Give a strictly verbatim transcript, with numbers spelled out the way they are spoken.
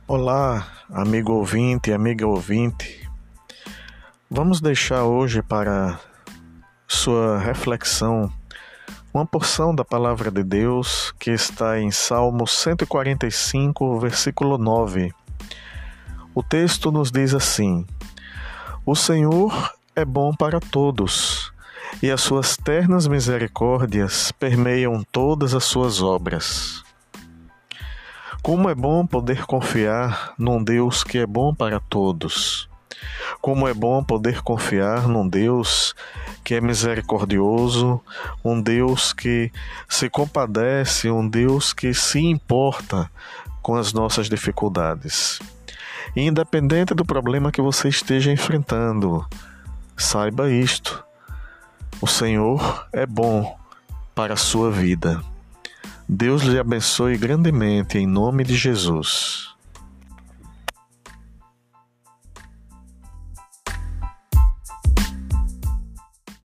Olá, amigo ouvinte, amiga ouvinte. Vamos deixar hoje para sua reflexão uma porção da palavra de Deus que está em Salmo cento e quarenta e cinco, versículo nove. O texto nos diz assim: O Senhor é bom para todos, e as suas ternas misericórdias permeiam todas as suas obras. Como é bom poder confiar num Deus que é bom para todos. Como é bom poder confiar num Deus que é misericordioso, um Deus que se compadece, um Deus que se importa com as nossas dificuldades. E independente do problema que você esteja enfrentando, saiba isto: o Senhor é bom para a sua vida. Deus lhe abençoe grandemente em nome de Jesus.